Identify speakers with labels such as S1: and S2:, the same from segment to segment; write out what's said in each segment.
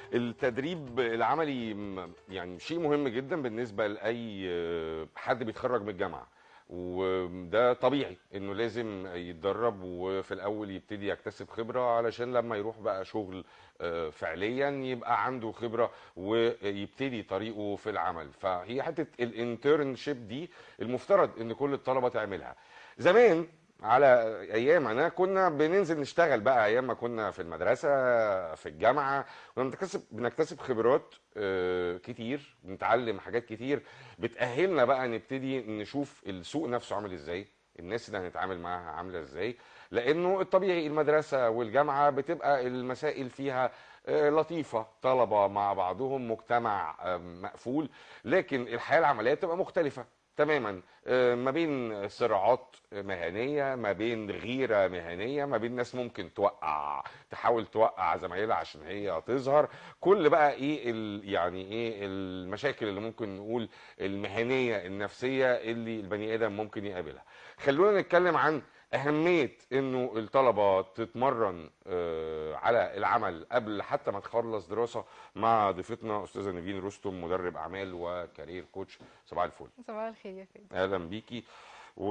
S1: التدريب العملي يعني شيء مهم جدا بالنسبه لاي حد بيتخرج من الجامعه، وده طبيعي انه لازم يتدرب وفي الاول يبتدي يكتسب خبره علشان لما يروح بقى شغل فعليا يبقى عنده خبره ويبتدي طريقه في العمل. فهي حته الانترنشيب دي المفترض ان كل الطلبه تعملها. زمان على ايام انا كنا بننزل نشتغل بقى، ايام ما كنا في المدرسه في الجامعه كنا بنكتسب خبرات كتير، بنتعلم حاجات كتير بتأهلنا بقى نبتدي نشوف السوق نفسه عامل ازاي، الناس اللي هنتعامل معاها عامله ازاي. لانه الطبيعي المدرسه والجامعه بتبقى المسائل فيها لطيفه، طلبه مع بعضهم، مجتمع مقفول. لكن الحياه العمليه بتبقى مختلفه تماما، ما بين صراعات مهنيه، ما بين غيره مهنيه، ما بين ناس ممكن تحاول توقع زمايلها عشان هي تظهر. كل بقى ايه يعني ايه المشاكل اللي ممكن نقول المهنيه النفسيه اللي البني ادم ممكن يقابلها. خلونا نتكلم عن اهميه انه الطلبه تتمرن على العمل قبل حتى ما تخلص دراسه، مع ضيفتنا استاذه نيفين رستم، مدرب اعمال وكارير كوتش. صباح الفل.
S2: صباح الخير يا فادي.
S1: اهلا بيكي. و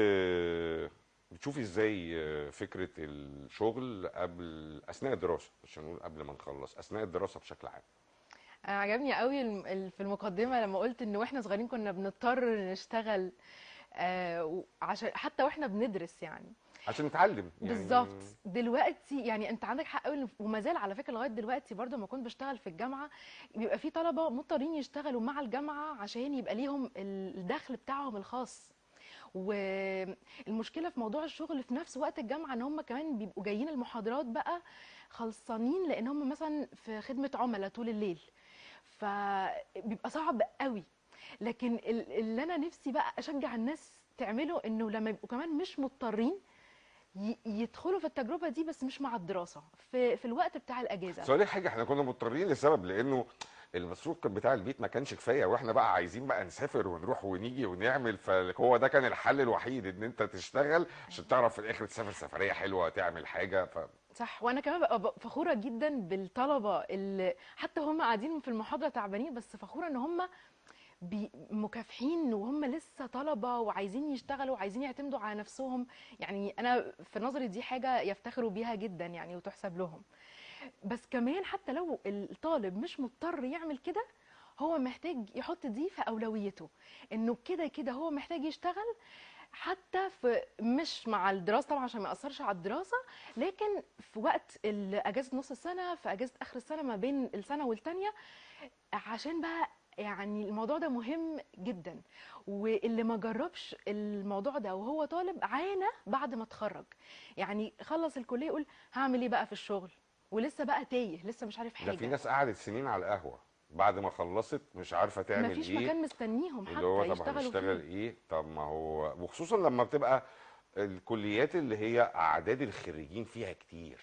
S1: بتشوفي ازاي فكره الشغل اثناء الدراسه، مش هنقول قبل ما نخلص، اثناء الدراسه بشكل عام.
S2: انا عجبني قوي في المقدمه لما قلت ان واحنا صغيرين كنا بنضطر نشتغل، عشان حتى واحنا بندرس يعني.
S1: عشان نتعلم
S2: بالظبط.
S1: يعني.
S2: دلوقتي يعني انت عندك حق قوي، وما زال على فكره لغايه دلوقتي برضه لما كنت بشتغل في الجامعه بيبقى في طلبه مضطرين يشتغلوا مع الجامعه عشان يبقى ليهم الدخل بتاعهم الخاص. والمشكله في موضوع الشغل في نفس وقت الجامعه ان هم كمان بيبقوا جايين المحاضرات بقى خلصانين، لان هم مثلا في خدمه عملاء طول الليل، فبيبقى صعب قوي. لكن اللي انا نفسي بقى اشجع الناس تعمله انه لما يبقوا كمان مش مضطرين يدخلوا في التجربه دي، بس مش مع الدراسه، في الوقت بتاع الاجازه.
S1: بس اقول لك حاجه، احنا كنا مضطرين لسبب، لانه المصروف كان بتاع البيت ما كانش كفايه، واحنا بقى عايزين بقى نسافر ونروح ونيجي ونعمل، فهو ده كان الحل الوحيد، ان انت تشتغل عشان تعرف في الاخر تسافر سفريه حلوه تعمل حاجه.
S2: صح. وانا كمان ببقى فخوره جدا بالطلبه اللي حتى هم قاعدين في المحاضره تعبانين، بس فخوره ان هم مكافحين وهم لسه طلبه وعايزين يشتغلوا وعايزين يعتمدوا على نفسهم. يعني انا في نظري دي حاجه يفتخروا بيها جدا يعني، وتحسب لهم. بس كمان حتى لو الطالب مش مضطر يعمل كده، هو محتاج يحط دي في اولويته، انه كده كده هو محتاج يشتغل، حتى في مش مع الدراسه طبعا عشان ما ياثرش على الدراسه، لكن في وقت اجازه نص السنه، في اجازه اخر السنه ما بين السنه والتانيه، عشان بقى يعني الموضوع ده مهم جدا. واللي ما جربش الموضوع ده وهو طالب عانى بعد ما اتخرج، يعني خلص الكليه يقول هعمل ايه بقى في الشغل، ولسه بقى تايه، لسه مش عارف
S1: ده في
S2: حاجه.
S1: ناس قعدت سنين على القهوه بعد ما خلصت مش عارفه تعمل
S2: مفيش
S1: ايه،
S2: مكان مستنيهم
S1: اللي هو
S2: حتى
S1: طب
S2: يشتغلوا
S1: هنشتغل
S2: فيه.
S1: ايه. طب ما هو وخصوصا لما بتبقى الكليات اللي هي اعداد الخريجين فيها كتير،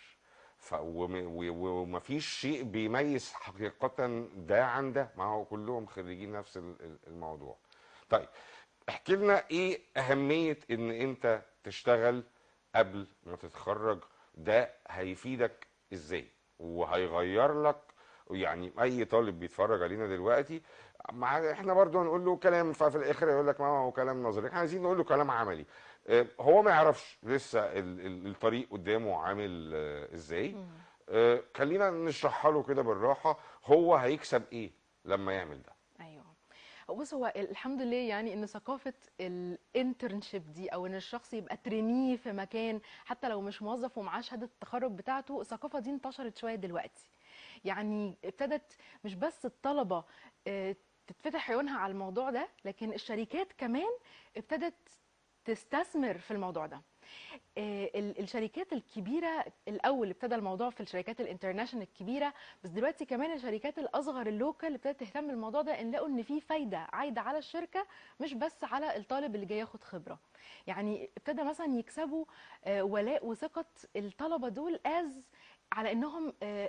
S1: ومفيش شيء بيميز حقيقة ده عن ده، ما هو كلهم خريجين نفس الموضوع. طيب احكي لنا ايه اهمية ان انت تشتغل قبل ما تتخرج، ده هيفيدك ازاي وهيغير لك؟ يعني اي طالب بيتفرج علينا دلوقتي، مع احنا برضو هنقول له كلام ففي الاخر يقول لك ما هو كلام نظري، احنا عايزين نقول له كلام عملي. هو ما يعرفش لسه الطريق قدامه عامل ازاي.
S2: مم.
S1: خلينا نشرحها له كده بالراحة، هو هيكسب ايه لما يعمل ده؟
S2: ايوه. بص، هو الحمد لله يعني ان ثقافه الانترنشيب دي، او ان الشخص يبقى ترينيه في مكان حتى لو مش موظف ومعاه شهاده التخرج بتاعته، الثقافه دي انتشرت شويه دلوقتي. يعني ابتدت مش بس الطلبه تتفتح عيونها على الموضوع ده، لكن الشركات كمان ابتدت تستثمر في الموضوع ده. الشركات الكبيره الاول ابتدى الموضوع في الشركات الانترناشونال الكبيره، بس دلوقتي كمان الشركات الاصغر اللوكال ابتدت تهتم بالموضوع ده، ان لقوا ان في فايده عايده على الشركه، مش بس على الطالب اللي جاي ياخد خبره. يعني ابتدى مثلا يكسبوا ولاء وثقه الطلبه دول، على انهم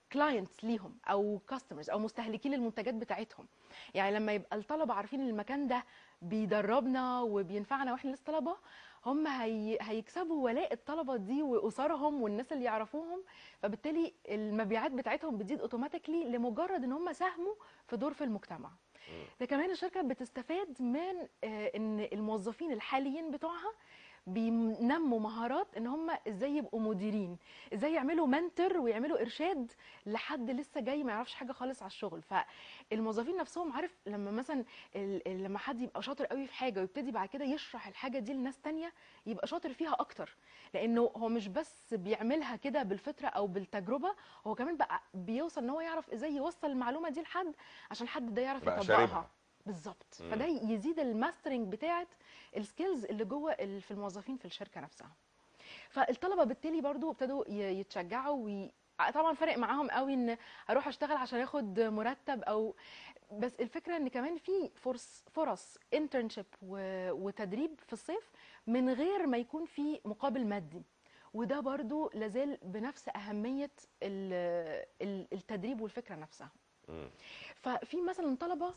S2: كلاينتس ليهم او كاستمرز او مستهلكين للمنتجات بتاعتهم. يعني لما يبقى الطلبه عارفين ان المكان ده بيدربنا وبينفعنا واحنا لسه طلبه، هم هيكسبوا ولاء الطلبه دي واسرهم والناس اللي يعرفوهم، فبالتالي المبيعات بتاعتهم بتزيد اوتوماتيكلي لمجرد ان هم ساهموا في دور في المجتمع. ده كمان الشركه بتستفاد من ان الموظفين الحاليين بتوعها بينموا مهارات ان هم ازاي يبقوا مديرين، ازاي يعملوا منتور ويعملوا ارشاد لحد لسه جاي ما يعرفش حاجه خالص على الشغل. فالموظفين نفسهم، عارف لما مثلا لما حد يبقى شاطر قوي في حاجه ويبتدي بعد كده يشرح الحاجه دي لناس تانية، يبقى شاطر فيها اكتر، لانه هو مش بس بيعملها كده بالفطره او بالتجربه، هو كمان بقى بيوصل ان هو يعرف ازاي يوصل المعلومه دي لحد عشان حد ده يعرف
S1: بقى
S2: يطبقها.
S1: شاربها.
S2: بالظبط. فده يزيد الماسترنج بتاعت السكيلز اللي جوه في الموظفين في الشركه نفسها. فالطلبه بالتالي برضو ابتدوا يتشجعوا طبعا فرق معاهم قوي ان اروح اشتغل عشان اخد مرتب او بس الفكره ان كمان في فرص انترنشيب وتدريب في الصيف من غير ما يكون في مقابل مادي، وده برضو لازال بنفس اهميه التدريب والفكره نفسها. ففي مثلا طلبه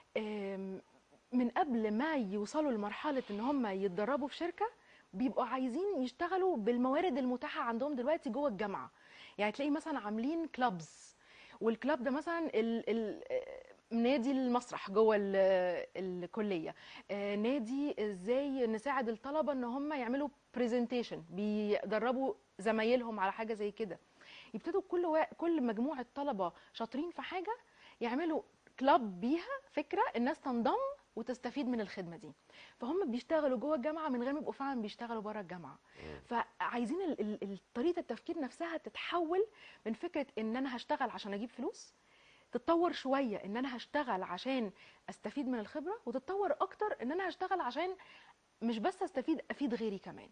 S2: من قبل ما يوصلوا لمرحله ان هم يتدربوا في شركه بيبقوا عايزين يشتغلوا بالموارد المتاحه عندهم دلوقتي جوه الجامعه. يعني تلاقي مثلا عاملين كلابز، والكلاب ده مثلا نادي المسرح جوه الكليه، نادي ازاي نساعد الطلبه ان هم يعملوا برزنتيشن، بيدربوا زمايلهم على حاجه زي كده. يبتدوا كل مجموعه طلبه شاطرين في حاجه يعملوا كلاب بيها فكره الناس تنضم وتستفيد من الخدمه دي. فهم بيشتغلوا جوه الجامعه من غير ما يبقوا فعلا بيشتغلوا بره الجامعه. فعايزين طريقه التفكير نفسها تتحول من فكره ان انا هشتغل عشان اجيب فلوس، تتطور شويه ان انا هشتغل عشان استفيد من الخبره، وتتطور اكتر ان انا هشتغل عشان مش بس استفيد، افيد غيري كمان.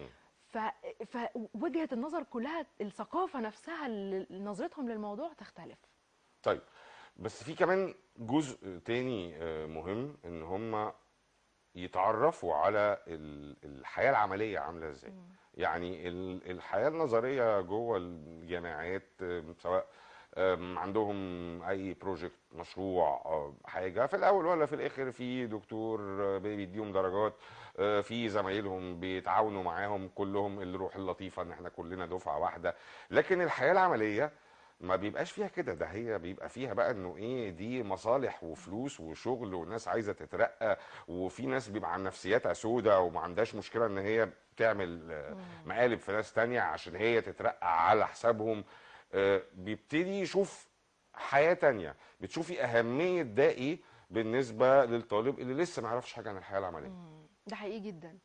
S2: فوجهه النظر كلها، الثقافه نفسها نظرتهم للموضوع تختلف.
S1: طيب، بس في كمان جزء تاني مهم، ان هم يتعرفوا على الحياة العملية عاملة ازاي. يعني الحياة النظرية جوه الجامعات، سواء عندهم اي بروجكت، مشروع، حاجة، في الاول ولا في الاخر في دكتور بيديهم درجات، في زمايلهم بيتعاونوا معاهم كلهم، الروح اللطيفة ان احنا كلنا دفعة واحدة. لكن الحياة العملية ما بيبقاش فيها كده، ده هي بيبقى فيها بقى انه ايه، دي مصالح وفلوس وشغل وناس عايزه تترقى، وفي ناس بيبقى عن نفسياتها سودة وما عندهاش مشكله ان هي تعمل مقالب في ناس تانية عشان هي تترقى على حسابهم. بيبتدي يشوف حياه تانية. بتشوفي اهميه ده ايه بالنسبه للطالب اللي لسه ما يعرفش حاجه عن الحياه العمليه؟
S2: ده حقيقي جدا.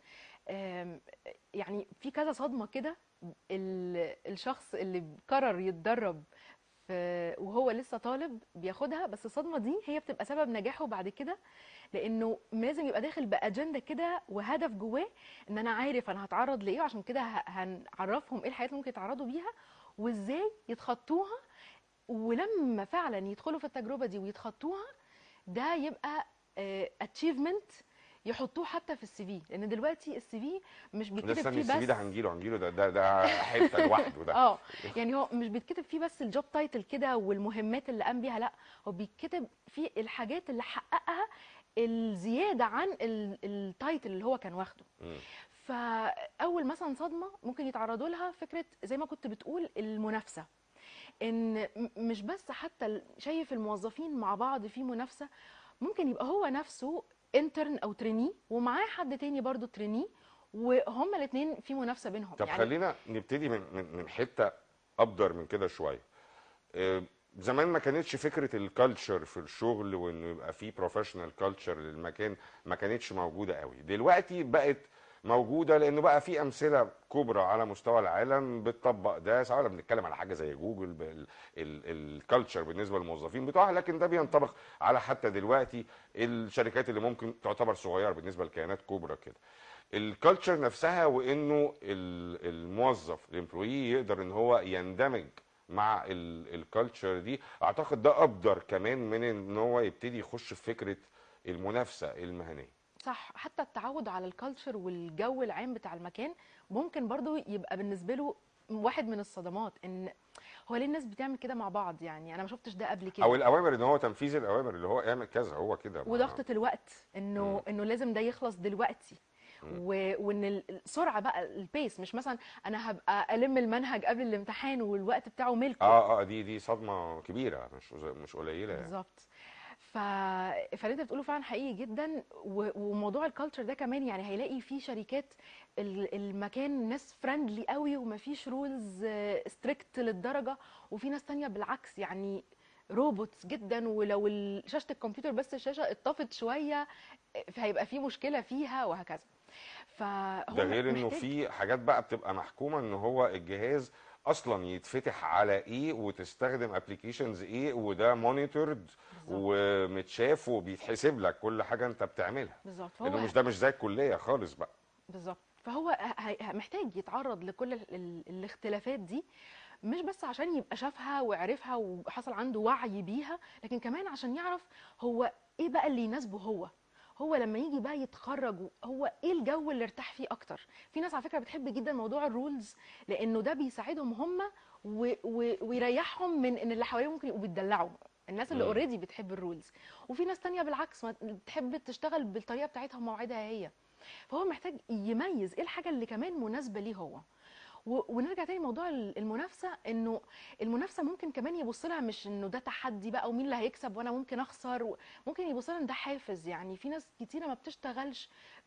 S2: يعني في كذا صدمه كده. الشخص اللي قرر يتدرب وهو لسه طالب بياخدها، بس الصدمه دي هي بتبقى سبب نجاحه بعد كده، لانه لازم يبقى داخل باجنده كده وهدف جواه، ان انا عارف انا هتعرض لايه، وعشان كده هنعرفهم ايه الحاجات اللي ممكن يتعرضوا بيها وازاي يتخطوها. ولما فعلا يدخلوا في التجربه دي ويتخطوها، ده يبقى اتشيفمنت يحطوه حتى في السي في، لان دلوقتي السي في مش
S1: ده
S2: بيتكتب
S1: استني،
S2: فيه
S1: السي في ده
S2: بس
S1: هنجيله ده حته لوحده ده.
S2: يعني هو مش بيتكتب فيه بس الجوب تايتل كده والمهمات اللي قام بيها، لا، هو بيتكتب فيه الحاجات اللي حققها الزياده عن التايتل اللي هو كان واخده. فاول مثلا صدمه ممكن يتعرضوا لها فكره زي ما كنت بتقول المنافسه، ان مش بس حتى شايف الموظفين مع بعض في منافسه، ممكن يبقى هو نفسه انترن او تريني ومعاه حد تاني برضو تريني، وهما الاثنين في منافسه بينهم.
S1: طب
S2: يعني
S1: خلينا نبتدي من حته ابدر من كده شويه. زمان ما كانتش فكره الكالتشر في الشغل وانه يبقى في بروفيشنال كالتشر للمكان، ما كانتش موجوده قوي. دلوقتي بقت موجوده، لانه بقى في امثله كبرى على مستوى العالم بتطبق ده، سواء بنتكلم على حاجه زي جوجل الكالتشر بالنسبه للموظفين بتوعها، لكن ده بينطبق على حتى دلوقتي الشركات اللي ممكن تعتبر صغيره بالنسبه لكيانات كبرى كده. الكالتشر نفسها، وانه الموظف الامبلوي يقدر ان هو يندمج مع الكالتشر دي، اعتقد ده ابدر كمان من ان هو يبتدي يخش في فكره المنافسه المهنيه.
S2: صح، حتى التعود على الكالتشر والجو العام بتاع المكان ممكن برضو يبقى بالنسبه له واحد من الصدمات، ان هو ليه الناس بتعمل كده مع بعض؟ يعني انا ما شفتش ده قبل
S1: او
S2: كده.
S1: الاوامر، ان هو تنفيذ الاوامر اللي هو اعمل كذا، هو كده ما.
S2: وضغطة الوقت،
S1: مم.
S2: انه لازم ده يخلص دلوقتي.
S1: مم.
S2: وان السرعه بقى، البيس، مش مثلا انا هبقى الم المنهج قبل الامتحان والوقت بتاعه ملكه.
S1: دي صدمه كبيره، مش قليله يعني.
S2: بالظبط. ف... فاللي انت بتقوله فعلا حقيقي جدا. وموضوع الكالتشر ده كمان، يعني هيلاقي في شركات المكان ناس فريندلي قوي ومفيش رولز ستريكت للدرجه، وفي ناس تانية بالعكس، يعني روبوتس جدا، ولو شاشه الكمبيوتر بس الشاشه اتطفت شويه هيبقى في مشكله فيها، وهكذا.
S1: ده
S2: فهو
S1: غير انه
S2: محتاج.
S1: في حاجات بقى بتبقى محكومه، ان هو الجهاز اصلا يتفتح على ايه، وتستخدم ابلكيشنز ايه، وده مونيتورد
S2: بالظبط.
S1: ومتشاف وبيتحسب لك كل حاجه انت بتعملها.
S2: بالظبط.
S1: لانه
S2: فهو
S1: مش زي الكليه خالص بقى.
S2: بالظبط. فهو محتاج يتعرض لكل الاختلافات دي، مش بس عشان يبقى شافها وعرفها وحصل عنده وعي بيها، لكن كمان عشان يعرف هو ايه بقى اللي يناسبه هو لما يجي بقى يتخرج، هو ايه الجو اللي ارتاح فيه اكتر. في ناس على فكرة بتحب جدا موضوع الرولز، لانه ده بيساعدهم هم ويريحهم من ان اللي حواليهم ممكن يبقوا بيتدلعوا. الناس اللي
S1: امم.
S2: اوريدي بتحب الرولز. وفي ناس تانية بالعكس بتحب تشتغل بالطريقة بتاعتها ومواعيدها هي. فهو محتاج يميز ايه الحاجة اللي كمان مناسبة ليه هو. ونرجع تاني موضوع المنافسه، انه المنافسه ممكن كمان يبص لها مش انه ده تحدي بقى ومين اللي هيكسب وانا ممكن اخسر ممكن يبص لها ان ده حافز. يعني في ناس كتيره ما بتشتغلش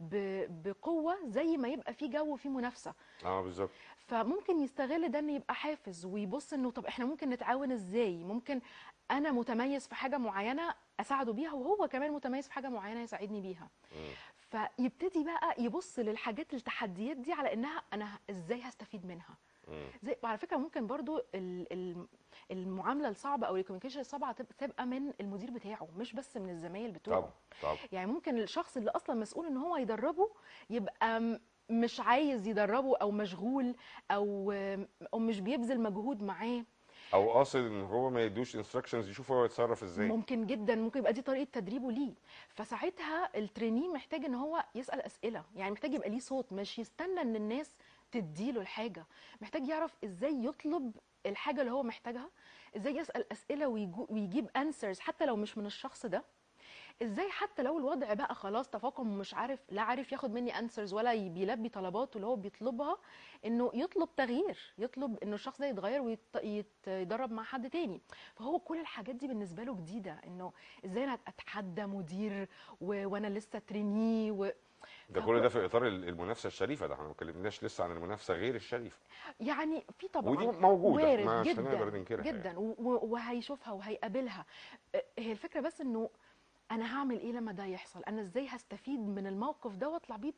S2: بقوه زي ما يبقى في جو وفي منافسه.
S1: اه بالظبط.
S2: فممكن يستغل ده انه يبقى حافز، ويبص انه طب احنا ممكن نتعاون ازاي، ممكن انا متميز في حاجه معينه اساعده بيها، وهو كمان متميز في حاجه معينه يساعدني بيها.
S1: مم.
S2: فيبتدي بقى يبص للحاجات التحديات دي على انها انا ازاي هستفيد منها.
S1: مم.
S2: زي وعلى فكره ممكن برضو المعامله الصعبه او الكوميونيكيشن الصعبه تبقى من المدير بتاعه، مش بس من الزمايل
S1: طبعا
S2: بتوعه.
S1: طبعا.
S2: يعني ممكن الشخص اللي اصلا مسؤول ان هو يدربه يبقى مش عايز يدربه، او مشغول، او او مش بيبذل مجهود معاه.
S1: او قاصد ان هو ما يدوش انستراكشنز، يشوف هو يتصرف ازاي.
S2: ممكن جدا، ممكن يبقى دي طريقه تدريبه ليه. فساعتها التريني محتاج ان هو يسال اسئله، يعني محتاج يبقى ليه صوت، مش يستنى ان الناس تديله الحاجه. محتاج يعرف ازاي يطلب الحاجه اللي هو محتاجها، ازاي يسال اسئله ويجيب انسرز حتى لو مش من الشخص ده. ازاي حتى لو الوضع بقى خلاص تفاقم ومش عارف، لا عارف ياخد مني انسرز ولا بيلبي طلباته اللي هو بيطلبها، انه يطلب تغيير، يطلب انه الشخص ده يتغير ويتدرب مع حد تاني. فهو كل الحاجات دي بالنسبه له جديده، انه ازاي انا اتحدى مدير وانا لسه تريني
S1: ده كل ده في اطار المنافسه الشريفه، ده احنا ما اتكلمناش لسه عن المنافسه غير الشريفه.
S2: يعني في
S1: ودي
S2: طبعا
S1: موجوده،
S2: وارد
S1: مش هنقدر
S2: جدا
S1: ننكرها يعني.
S2: جدا، وهيشوفها وهيقابلها. هي الفكره بس انه انا هعمل ايه لما ده يحصل، انا ازاي هستفيد من الموقف ده واطلع بيه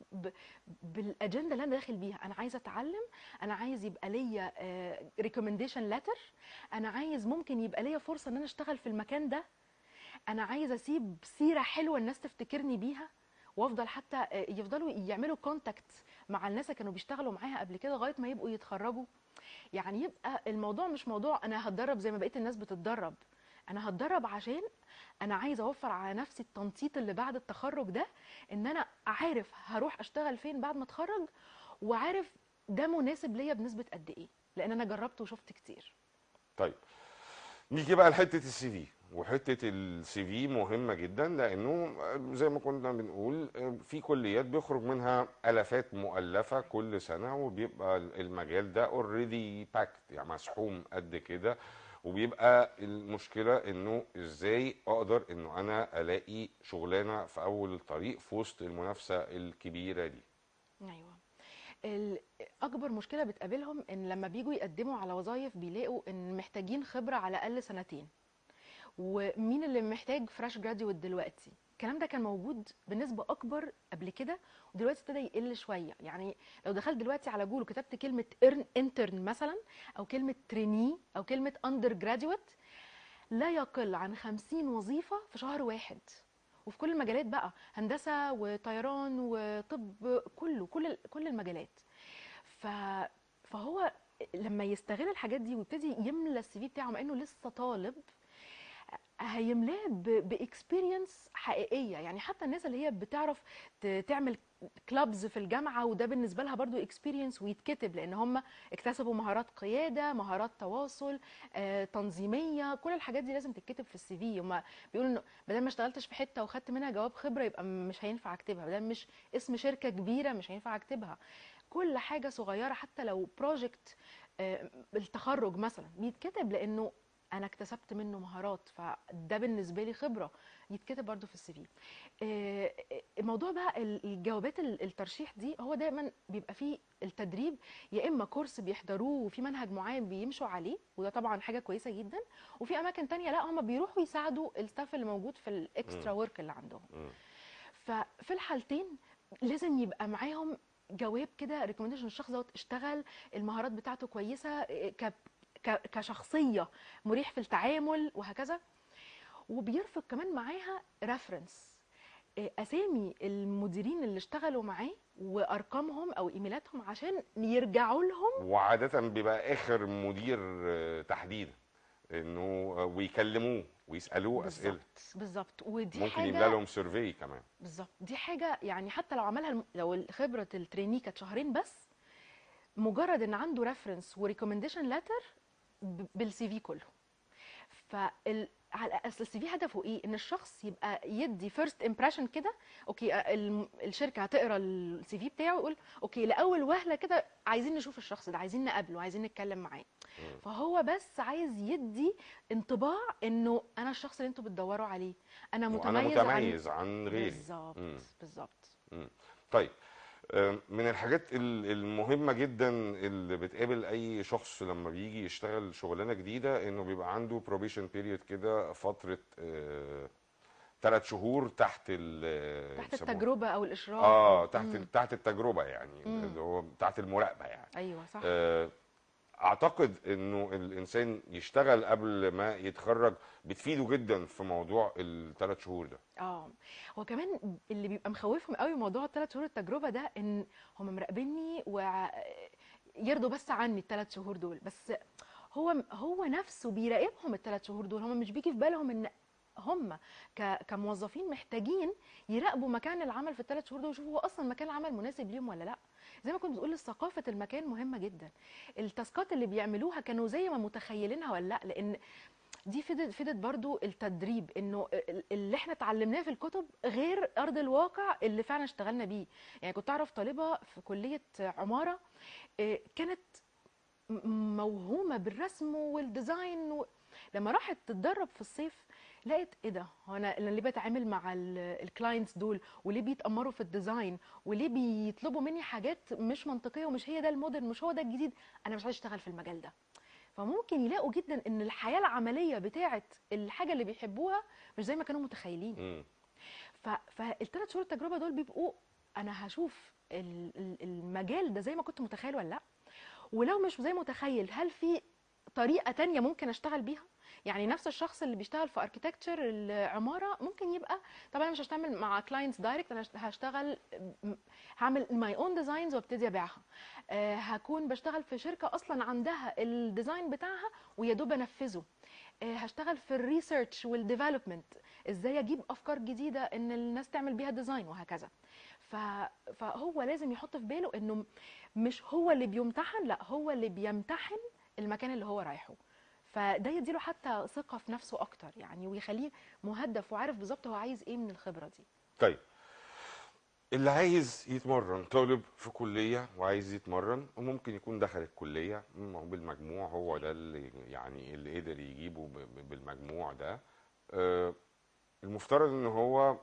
S2: بالاجنده اللي انا داخل بيها. انا عايزه اتعلم، انا عايز يبقى ليا ريكومنديشن ليتر، انا عايز ممكن يبقى ليا فرصه ان انا اشتغل في المكان ده، انا عايز اسيب سيره حلوه الناس تفتكرني بيها، وافضل حتى يفضلوا يعملوا كونتاكت مع الناس اللي كانوا بيشتغلوا معاها قبل كده لغايه ما يبقوا يتخرجوا. يعني يبقى الموضوع مش موضوع انا هتدرب زي ما بقيه الناس بتتدرب، انا هتدرب عشان انا عايزه اوفر على نفسي التنطيط اللي بعد التخرج ده، ان انا عارف هروح اشتغل فين بعد ما اتخرج، وعارف ده مناسب ليا بنسبه قد ايه، لان انا جربت وشفت كتير.
S1: طيب، نيجي بقى لحته السي في. وحته السي في مهمه جدا، لانه زي ما كنا بنقول في كليات بيخرج منها الافات مؤلفه كل سنه، وبيبقى المجال ده اوريدي باكت، يعني مسحوم قد كده. وبيبقى المشكله انه ازاي اقدر انه انا الاقي شغلانه في اول الطريق في وسط المنافسه الكبيره دي.
S2: ايوه. ال- اكبر مشكله بتقابلهم ان لما بيجوا يقدموا على وظائف بيلاقوا ان محتاجين خبره على الاقل سنتين، ومين اللي محتاج فريش جراديويت دلوقتي؟ الكلام ده كان موجود بنسبه اكبر قبل كده، ودلوقتي ابتدى يقل شويه. يعني لو دخلت دلوقتي على جوجل وكتبت كلمه انترن مثلا، او كلمه تريني، او كلمه اندر جراديويت، لا يقل عن 50 وظيفه في شهر واحد، وفي كل المجالات بقى، هندسه وطيران وطب، كل المجالات. ف فهو لما يستغل الحاجات دي ويبتدي يملى السي في بتاعه مع انه لسه طالب، هيملاه باكسبيرينس حقيقيه. يعني حتى الناس اللي هي بتعرف تعمل كلابز في الجامعه، وده بالنسبه لها برضو اكسبيرينس ويتكتب، لان هم اكتسبوا مهارات قياده، مهارات تواصل، تنظيميه. كل الحاجات دي لازم تتكتب في السي في. هم بيقولوا انه بدل ما اشتغلتش في حته وخدت منها جواب خبره يبقى مش هينفع اكتبها، بدل مش اسم شركه كبيره مش هينفع اكتبها. كل حاجه صغيره حتى لو بروجكت التخرج مثلا بيتكتب، لانه انا اكتسبت منه مهارات، فده بالنسبه لي خبره يتكتب برضو في السي في. الموضوع بقى الجوابات الترشيح دي، هو دايما بيبقى فيه التدريب، يا اما كورس بيحضروه وفي منهج معين بيمشوا عليه، وده طبعا حاجه كويسه جدا. وفي اماكن تانية لا، هم بيروحوا يساعدوا الستاف اللي موجود في الاكسترا
S1: مم.
S2: ورك اللي عندهم.
S1: مم.
S2: ففي الحالتين لازم يبقى معاهم جواب كده ريكومنديشن، الشخص دوت اشتغل، المهارات بتاعته كويسه، كشخصيه مريح في التعامل وهكذا. وبيرفق كمان معاها ريفرنس، اسامي المديرين اللي اشتغلوا معاه وارقامهم او ايميلاتهم عشان يرجعوا لهم.
S1: وعادة بيبقى آخر مدير تحديدا، انه ويكلموه ويسألوه أسئلة.
S2: بالظبط ودي
S1: ممكن يملى
S2: حاجه.
S1: لهم سيرفي كمان.
S2: بالظبط دي حاجه، يعني حتى لو عملها لو خبره التريني كانت شهرين بس، مجرد ان عنده ريفرنس وريكومنديشن لاتر بالسي في كله. على اصل السي في هدفه ايه؟ ان الشخص يبقى يدي فيرست امبريشن كده. اوكي، الشركه هتقرا السي في بتاعه ويقول اوكي، لاول وهله كده عايزين نشوف الشخص ده، عايزين نقابله، عايزين نتكلم معاه.
S1: مم.
S2: فهو بس عايز يدي انطباع انه انا الشخص اللي انتوا بتدوروا عليه، انا
S1: وانا
S2: متميز عن.
S1: متميز عن غيري.
S2: بالظبط.
S1: مم.
S2: بالظبط.
S1: مم. طيب، من الحاجات المهمة جدا اللي بتقابل أي شخص لما بيجي يشتغل شغلانة جديدة، إنه بيبقى عنده probation period كده، فترة 3 شهور تحت
S2: تحت
S1: بيسموها
S2: التجربه او الاشراف او
S1: تحت التجربة، يعني اللي هو تحت المراقبة يعني.
S2: ايوه صح.
S1: آه، اعتقد انه الانسان يشتغل قبل ما يتخرج بتفيده جدا في موضوع ال3 شهور ده.
S2: اه، هو كمان اللي بيبقى مخوفهم قوي موضوع الثلاث شهور التجربه ده، ان هم مراقبيني ويرضوا بس عني الثلاث شهور دول بس. هو نفسه بيراقبهم الثلاث شهور دول، هم مش بيجي في بالهم ان هم كموظفين محتاجين يراقبوا مكان العمل في الثلاث شهور دول، ويشوفوا هو اصلا مكان العمل مناسب ليهم ولا لا. زي ما كنت بتقول، ثقافه المكان مهمه جدا. التاسكات اللي بيعملوها كانوا زي ما متخيلينها ولا لا، لان دي فدت برضو التدريب، انه اللي احنا اتعلمناه في الكتب غير ارض الواقع اللي فعلا اشتغلنا بيه. يعني كنت اعرف طالبه في كليه عماره، كانت موهومه بالرسم والديزاين لما راحت تتدرب في الصيف لقيت ايه ده، هو انا ليه بتعامل مع الكلاينتس دول، وليه بيتامروا في الديزاين، وليه بيطلبوا مني حاجات مش منطقيه، ومش هي ده الموديل، مش هو ده الجديد. انا مش عايز اشتغل في المجال ده. فممكن يلاقوا جدا ان الحياه العمليه بتاعه الحاجه اللي بيحبوها مش زي ما كانوا متخيلين.
S1: مم.
S2: فالثلاث شهور التجربه دول بيبقوا انا هشوف المجال ده زي ما كنت متخيل ولا لا، ولو مش زي متخيل هل في طريقه تانية ممكن اشتغل بيها. يعني نفس الشخص اللي بيشتغل في اركيتكتشر العماره ممكن يبقى، طبعا انا مش هشتغل مع كلاينتس دايركت، انا هشتغل هعمل ماي اون ديزاينز وابتدي ابيعها. هكون بشتغل في شركه اصلا عندها الديزاين بتاعها ويا دوب انفذه. هشتغل في الريسيرش والديفلوبمنت، ازاي اجيب افكار جديده ان الناس تعمل بيها ديزاين وهكذا. فهو لازم يحط في باله انه مش هو اللي بيمتحن، لا هو اللي بيمتحن المكان اللي هو رايحه. فده يديله حتى ثقه في نفسه اكتر يعني، ويخليه مهدف وعارف بالظبط هو عايز ايه من الخبره دي.
S1: طيب، اللي عايز يتمرن، طالب في كلية وعايز يتمرن، وممكن يكون دخل الكلية ما هو بالمجموع، هو ده اللي يعني اللي قدر يجيبه بالمجموع ده. آه، المفترض ان هو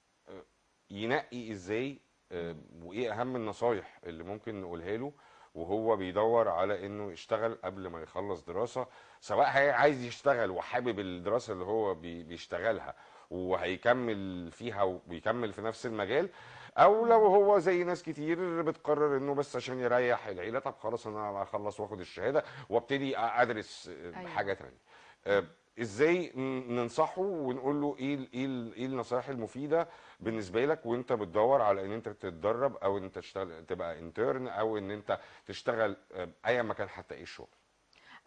S1: ينقي ازاي، وايه اهم النصايح اللي ممكن نقولها له وهو بيدور على انه يشتغل قبل ما يخلص دراسة، سواء عايز يشتغل وحابب الدراسة اللي هو بيشتغلها وهيكمل فيها وبيكمل في نفس المجال، او لو هو زي ناس كتير بتقرر انه بس عشان يريح العيلة، طب خلاص انا اخلص واخد الشهادة وابتدي ادرس حاجة
S2: ايوه.
S1: تانية. ازاي ننصحه ونقول له ايه النصائح المفيدة بالنسبه لك وانت بتدور على ان انت تتدرب، او ان انت تشتغل تبقى انترن، او ان انت تشتغل اي مكان، حتى ايه الشغل؟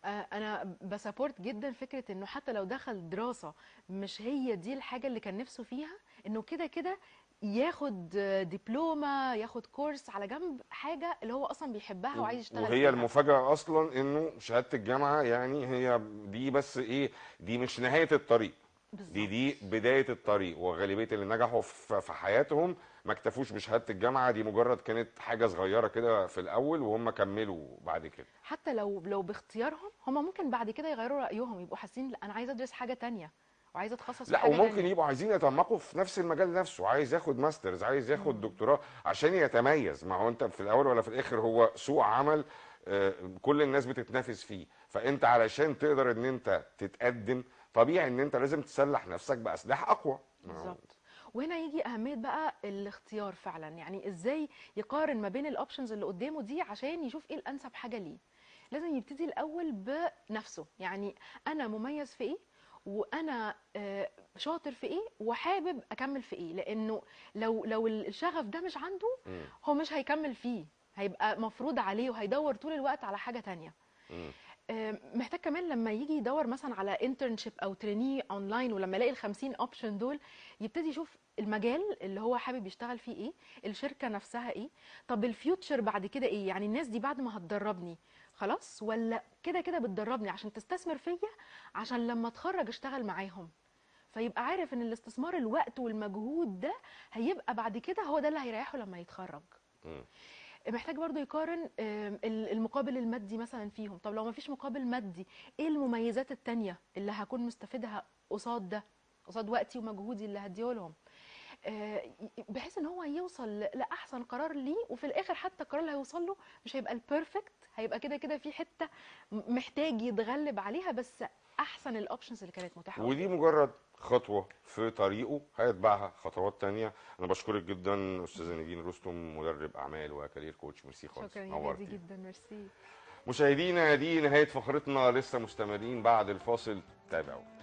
S2: انا بسابورت جدا فكره انه حتى لو دخل دراسه مش هي دي الحاجه اللي كان نفسه فيها، انه كده كده ياخد دبلومه، ياخد كورس على جنب، حاجه اللي هو اصلا بيحبها وعايز يشتغل
S1: وهي
S2: فيها.
S1: المفاجأة أصلا إنه شهادة الجامعة يعني هي دي بس إيه، دي مش نهاية الطريق، دي
S2: بالظبط.
S1: بداية الطريق. وغالبية اللي نجحوا في حياتهم ما اكتفوش بشهادة الجامعة دي، مجرد كانت حاجة صغيرة كده في الأول وهم كملوا بعد كده.
S2: حتى لو باختيارهم هم ممكن بعد كده يغيروا رايهم، يبقوا حاسين لا انا عايزه ادرس حاجه تانية وعايزه اتخصص في
S1: لا،
S2: حاجه
S1: وممكن
S2: تانية.
S1: يبقوا عايزين يتعمقوا في نفس المجال نفسه، عايز ياخد ماسترز، عايز ياخد
S2: مم.
S1: دكتوراه عشان يتميز. ما هو انت في الاول ولا في الاخر هو سوق عمل كل الناس بتتنافس فيه، فانت علشان تقدر ان انت تتقدم طبيعي ان انت لازم تسلح نفسك باسلحه اقوى.
S2: بالظبط. وهنا يجي اهميه بقى الاختيار فعلا، يعني ازاي يقارن ما بين الاوبشنز اللي قدامه دي عشان يشوف ايه الانسب حاجه ليه. لازم يبتدي الاول بنفسه، يعني انا مميز في ايه، وانا شاطر في ايه، وحابب اكمل في ايه. لانه لو الشغف ده مش عنده،
S1: مم.
S2: هو مش هيكمل فيه، هيبقى مفروض عليه وهيدور طول الوقت على حاجه تانية.
S1: مم.
S2: محتاج كمان لما يجي يدور مثلا على انترنشيب او تريني اونلاين، ولما يلاقي ال50 اوبشن دول، يبتدي يشوف المجال اللي هو حابب يشتغل فيه ايه، الشركه نفسها ايه، طب الفيوتشر بعد كده ايه، يعني الناس دي بعد ما هتدربني خلاص، ولا كده كده بتدربني عشان تستثمر فيا عشان لما اتخرج اشتغل معاهم. فيبقى عارف ان الاستثمار الوقت والمجهود ده هيبقى بعد كده هو ده اللي هيريحه لما يتخرج.
S1: مم.
S2: محتاج برضو يقارن المقابل المادي مثلا فيهم. طب لو ما فيش مقابل مادي، ايه المميزات التانية اللي هكون مستفيدها قصاد ده، قصاد وقتي ومجهودي اللي هديه لهم، بحيث ان هو يوصل لاحسن قرار ليه. وفي الاخر حتى القرار اللي هيوصل له مش هيبقى البيرفكت، هيبقى كده كده في حتة محتاج يتغلب عليها، بس احسن الاوبشنز اللي كانت متاحة
S1: ودي
S2: قدامه.
S1: مجرد خطوة في طريقه هيتبعها خطوات تانية. أنا بشكرك جدا أستاذة نيفين رستم، مدرب أعمال وكارير كوتش، ميرسي خالص،
S2: شكرا يا هادي
S1: نورتي.
S2: جدا، ميرسي.
S1: مشاهدينا دي نهاية فقرتنا، لسه مستمرين بعد الفاصل، تابعوا.